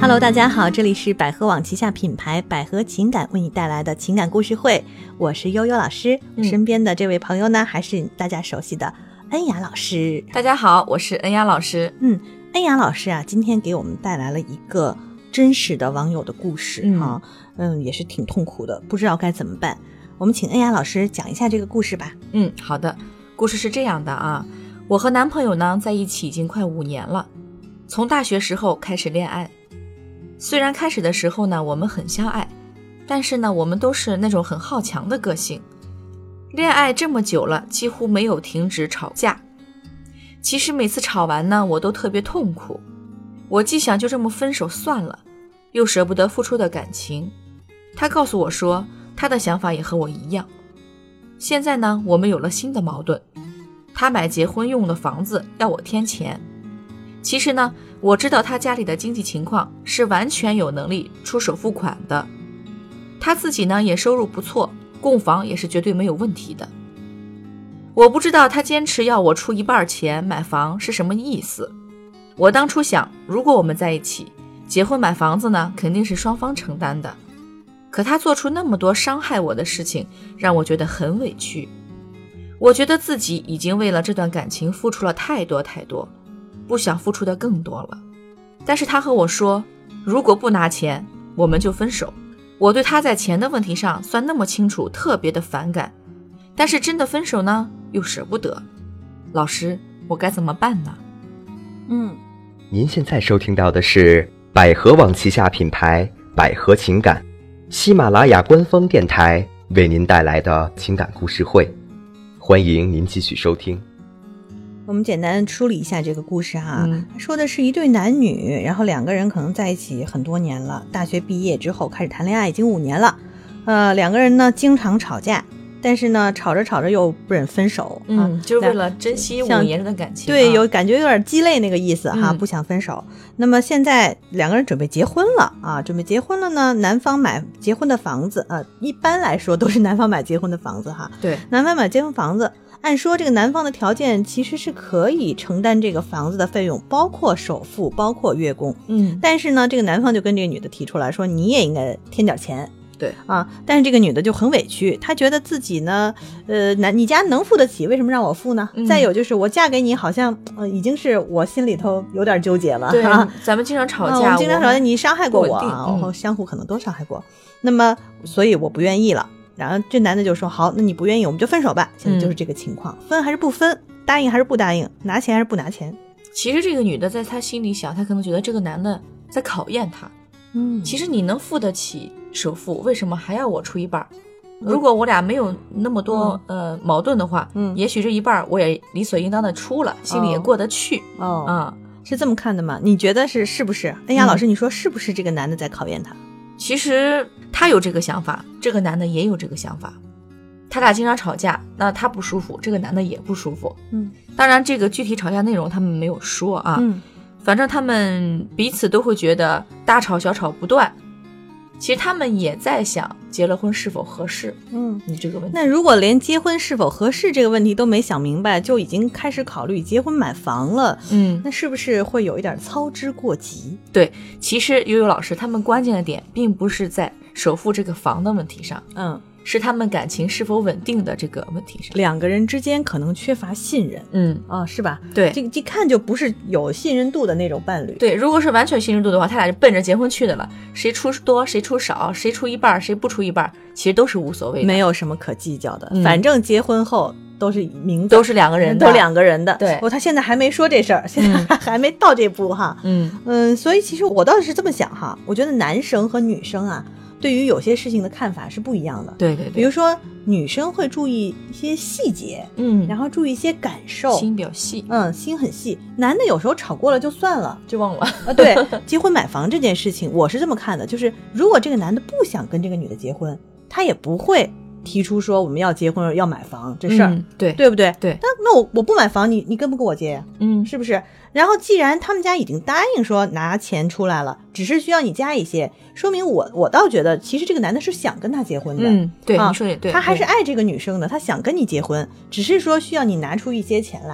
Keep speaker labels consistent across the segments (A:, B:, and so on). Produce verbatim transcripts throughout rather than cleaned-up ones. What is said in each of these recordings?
A: Hello， 大家好，这里是百合网旗下品牌百合情感为你带来的情感故事会，我是悠悠老师、嗯、身边的这位朋友呢，还是大家熟悉的恩雅老师。
B: 大家好，我是恩雅老师。
A: 嗯，恩雅老师啊，今天给我们带来了一个真实的网友的故事、嗯啊、嗯，也是挺痛苦的，不知道该怎么办。我们请恩雅老师讲一下这个故事吧。
B: 嗯，好的。故事是这样的啊，我和男朋友呢在一起已经快五年了，从大学时候开始恋爱。虽然开始的时候呢我们很相爱，但是呢我们都是那种很好强的个性。恋爱这么久了，几乎没有停止吵架。其实每次吵完呢我都特别痛苦，我既想就这么分手算了，又舍不得付出的感情。他告诉我说他的想法也和我一样。现在呢我们有了新的矛盾，他买结婚用的房子要我添钱。其实呢我知道他家里的经济情况是完全有能力出首付款的，他自己呢也收入不错，供房也是绝对没有问题的。我不知道他坚持要我出一半钱买房是什么意思。我当初想，如果我们在一起结婚买房子呢肯定是双方承担的，可他做出那么多伤害我的事情，让我觉得很委屈。我觉得自己已经为了这段感情付出了太多太多，不想付出的更多了。但是他和我说，如果不拿钱我们就分手。我对他在钱的问题上算那么清楚，特别的反感，但是真的分手呢又舍不得。老师，我该怎么办呢？
A: 嗯，
C: 您现在收听到的是百合网旗下品牌百合情感，喜马拉雅官方电台为您带来的情感故事会，欢迎您继续收听。
A: 我们简单梳理一下这个故事哈、
B: 嗯、
A: 说的是一对男女，然后两个人可能在一起很多年了，大学毕业之后开始谈恋爱已经五年了，呃，两个人呢经常吵架，但是呢吵着吵着又不忍分手，
B: 嗯、
A: 啊，
B: 就是为了珍惜五年的感情，
A: 对，
B: 啊、
A: 有感觉有点鸡肋那个意思哈、
B: 嗯，
A: 不想分手。那么现在两个人准备结婚了啊，准备结婚了呢，男方买结婚的房子啊，一般来说都是男方买结婚的房子哈，
B: 对，
A: 男方买结婚房子。按说这个男方的条件其实是可以承担这个房子的费用，包括首付包括月供，
B: 嗯，
A: 但是呢这个男方就跟这个女的提出来说，你也应该添点钱，
B: 对
A: 啊，但是这个女的就很委屈，她觉得自己呢呃男你家能付得起，为什么让我付呢、嗯、再有就是我嫁给你好像、呃、已经是我心里头有点纠结了，
B: 对、
A: 啊、
B: 咱们经常吵架、啊、
A: 我们经常吵架，你伤害过我啊，
B: 嗯、
A: 然后相互可能都伤害过，那么所以我不愿意了。然后这男的就说，好，那你不愿意我们就分手吧。现在就是这个情况、嗯、分还是不分，答应还是不答应，拿钱还是不拿钱。
B: 其实这个女的在她心里想，她可能觉得这个男的在考验她。
A: 嗯，
B: 其实你能付得起首付，为什么还要我出一半？如果我俩没有那么多、嗯、呃矛盾的话，嗯，也许这一半我也理所应当的出了，心里也过得去。
A: 哦，
B: 啊、
A: 嗯，是这么看的吗？你觉得是是不是？哎呀、嗯，老师，你说是不是这个男的在考验她？
B: 其实他有这个想法，这个男的也有这个想法，他俩经常吵架，那他不舒服，这个男的也不舒服。嗯，当然这个具体吵架内容他们没有说啊，嗯，反正他们彼此都会觉得大吵小吵不断。其实他们也在想结了婚是否合适，嗯，你这个问题。
A: 那如果连结婚是否合适这个问题都没想明白，就已经开始考虑结婚买房了，嗯，那是不是会有一点操之过急？
B: 对，其实悠悠老师他们关键的点并不是在首付这个房的问题上，嗯，是他们感情是否稳定的这个问题上，
A: 两个人之间可能缺乏信任，嗯啊，是吧？
B: 对，
A: 这一看就不是有信任度的那种伴侣。
B: 对，如果是完全信任度的话，他俩就奔着结婚去的了，谁出多谁出少，谁出一半谁不出一半，其实都是无所谓的，
A: 没有什么可计较的、嗯、反正结婚后都是名字
B: 都是两个人的，
A: 都两个人的。
B: 对，
A: 哦，他现在还没说这事儿，现在还,、嗯、还没到这步哈。嗯嗯，所以其实我倒是这么想哈，我觉得男生和女生啊，对于有些事情的看法是不一样的。
B: 对对对，
A: 比如说女生会注意一些细节，嗯，然后注意一些感受，
B: 心比较细，
A: 嗯，心很细。男的有时候吵过了就算了，
B: 就忘了
A: 啊。对，结婚买房这件事情，我是这么看的，就是如果这个男的不想跟这个女的结婚，他也不会提出说我们要结婚要买房这事儿、嗯，
B: 对
A: 对不对？
B: 对，
A: 那那我我不买房，你你跟不跟我结呀？嗯，是不是？然后既然他们家已经答应说拿钱出来了，只是需要你加一些，说明我我倒觉得其实这个男的是想跟他结婚的。
B: 嗯，对，
A: 啊、
B: 你说也对，
A: 他还是爱这个女生的，他想跟你结婚，只是说需要你拿出一些钱来。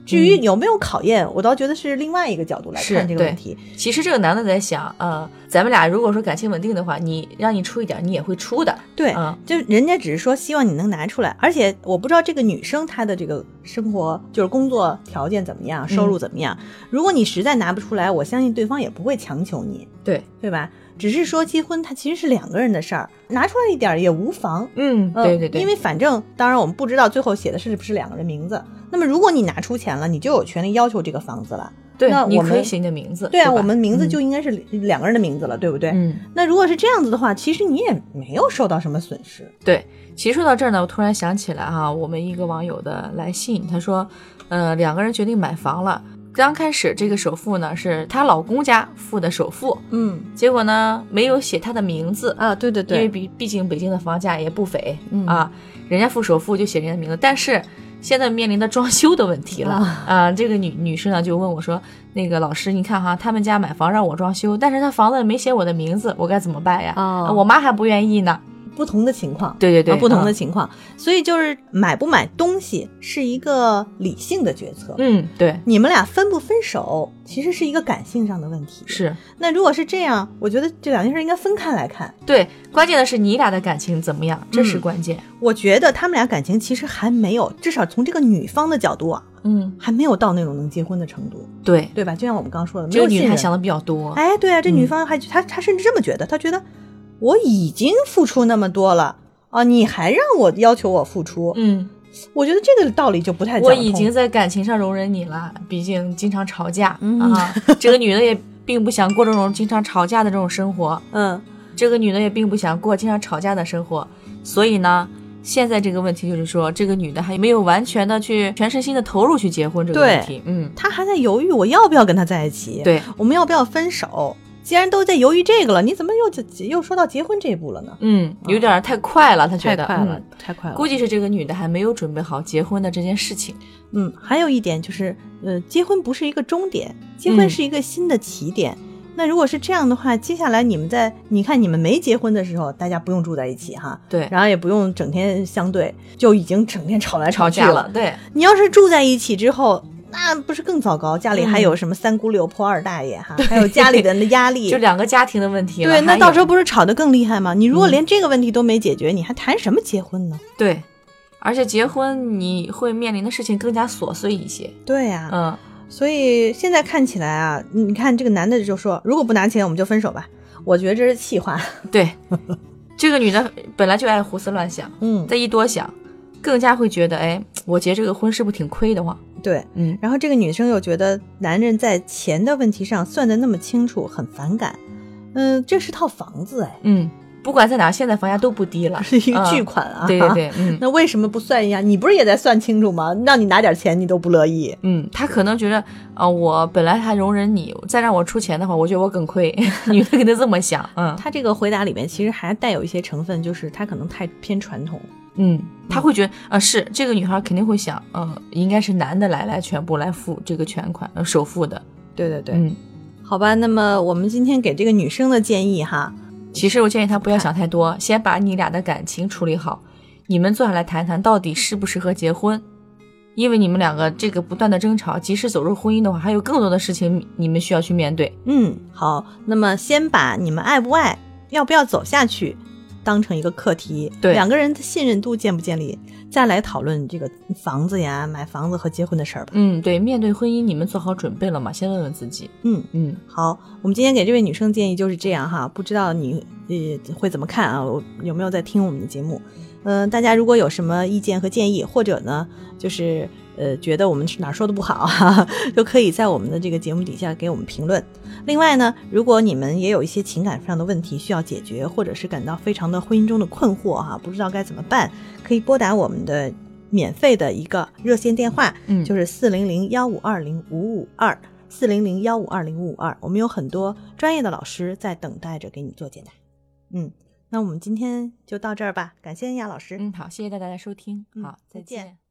A: 至于有没有考验、嗯、我倒觉得是另外一个角度来看这个问题。
B: 其实这个男的在想呃，咱们俩如果说感情稳定的话，你让你出一点你也会出的。
A: 对、
B: 嗯、
A: 就人家只是说希望你能拿出来，而且我不知道这个女生她的这个生活就是工作条件怎么样，收入怎么样、嗯、如果你实在拿不出来，我相信对方也不会强求你，
B: 对
A: 对吧？只是说结婚它其实是两个人的事儿，拿出来一点也无妨。
B: 嗯，对对对，
A: 因为反正当然我们不知道最后写的是不是两个人名字，那么如果你拿出钱了，你就有权利要求这个房子了。
B: 对，
A: 那我们
B: 你可以写你的名字。
A: 对啊，我们名字就应该是两个人的名字了、嗯、对不对？嗯，那如果是这样子的话，其实你也没有受到什么损失。
B: 对，其实说到这儿呢，我突然想起来哈、啊，我们一个网友的来信，他说呃，两个人决定买房了，刚开始这个首付呢是她老公家付的首付，
A: 嗯，
B: 结果呢没有写她的名字
A: 啊，对对对，
B: 因为毕毕竟北京的房价也不菲、
A: 嗯、
B: 啊，人家付首付就写人家的名字，但是现在面临的装修的问题了啊、呃，这个女女士呢就问我说，那个老师你看哈，他们家买房让我装修，但是他房子没写我的名字，我该怎么办呀？
A: 哦、
B: 我妈还不愿意呢。
A: 不同的情况，
B: 对对对、
A: 啊、不同的情况、嗯、所以就是买不买东西是一个理性的决策。
B: 嗯，对，
A: 你们俩分不分手其实是一个感性上的问题。
B: 是，
A: 那如果是这样，我觉得这两件事应该分开来看。
B: 对，关键的是你俩的感情怎么样，这是关键、
A: 嗯、我觉得他们俩感情其实还没有，至少从这个女方的角度啊，嗯，还没有到那种能结婚的程度。
B: 对，
A: 对吧？就像我们刚刚说的，
B: 这个女还想的比较多。
A: 哎，对啊，这女方还、嗯、她她甚至这么觉得，她觉得我已经付出那么多了啊，你还让我要求我付出，
B: 嗯，
A: 我觉得这个道理就不太讲通。
B: 我已经在感情上容忍你了，毕竟经常吵架、嗯、啊，这个女的也并不想过这种经常吵架的这种生活，
A: 嗯，
B: 这个女的也并不想过经常吵架的生活，所以呢，现在这个问题就是说，这个女的还没有完全的去全身心的投入去结婚这个问题，嗯，
A: 她还在犹豫我要不要跟他在一起，
B: 对，
A: 我们要不要分手。既然都在犹豫这个了，你怎么又又说到结婚这一步了呢？
B: 嗯，有点太快了，他觉得
A: 太快了、
B: 嗯，
A: 太快了。
B: 估计是这个女的还没有准备好结婚的这件事情。
A: 嗯，还有一点就是，呃，结婚不是一个终点，结婚是一个新的起点。嗯、那如果是这样的话，接下来你们在，你看你们没结婚的时候，大家不用住在一起哈，
B: 对，
A: 然后也不用整天相对，就已经整天吵来吵去
B: 了。对，
A: 你要是住在一起之后。那不是更糟糕？家里还有什么三姑六婆二大爷哈、嗯，还有家里的压力，
B: 就两个家庭的问题了。
A: 对，那到时候不是吵得更厉害吗？你如果连这个问题都没解决，嗯、你还谈什么结婚呢？
B: 对，而且结婚你会面临的事情更加琐碎一些。
A: 对呀、啊，
B: 嗯，
A: 所以现在看起来啊，你看这个男的就说，如果不拿钱，我们就分手吧。我觉得这是气话。
B: 对，这个女的本来就爱胡思乱想，
A: 嗯，
B: 再一多想，更加会觉得，哎，我结这个婚是不是挺亏的慌？
A: 对，嗯，然后这个女生又觉得男人在钱的问题上算得那么清楚，很反感。嗯，这是套房子哎，
B: 嗯，不管在哪，现在房价都不低了，
A: 是一个巨款啊。
B: 嗯、对对对，嗯，
A: 那为什么不算一下？你不是也在算清楚吗？让你拿点钱，你都不乐意。
B: 嗯，他可能觉得，啊、呃，我本来还容忍你，再让我出钱的话，我觉得我更亏。女的肯定这么想。嗯，
A: 他这个回答里面其实还带有一些成分，就是他可能太偏传统。
B: 嗯，他会觉得，呃，是这个女孩肯定会想，呃，应该是男的来来全部来付这个全款，呃，首付的。
A: 对对对，
B: 嗯，
A: 好吧，那么我们今天给这个女生的建议哈，
B: 其实我建议她不要想太多，先把你俩的感情处理好，你们坐下来谈谈到底适不适合结婚，因为你们两个这个不断的争吵，即使走入婚姻的话，还有更多的事情你们需要去面对。
A: 嗯，好，那么先把你们爱不爱，要不要走下去当成一个课题，
B: 对，
A: 两个人的信任度建不建立，再来讨论这个房子呀、买房子和结婚的事儿吧。
B: 嗯，对，面对婚姻你们做好准备了吗？先问问自己。
A: 嗯
B: 嗯，
A: 好，我们今天给这位女生建议就是这样哈，不知道你呃会怎么看啊？我有没有在听我们的节目？嗯、呃，大家如果有什么意见和建议，或者呢，就是呃觉得我们哪说的不好哈，都可以在我们的这个节目底下给我们评论。另外呢，如果你们也有一些情感上的问题需要解决，或者是感到非常的婚姻中的困惑哈，不知道该怎么办，可以拨打我们的免费的一个热线电话，嗯，就是四零零一五二零五五二，四零零一五二零五五二，我们有很多专业的老师在等待着给你做解答。嗯，那我们今天就到这儿吧，感谢恩雅老师。
B: 嗯，好，谢谢大家收听，
A: 嗯、
B: 好，再见。
A: 再见。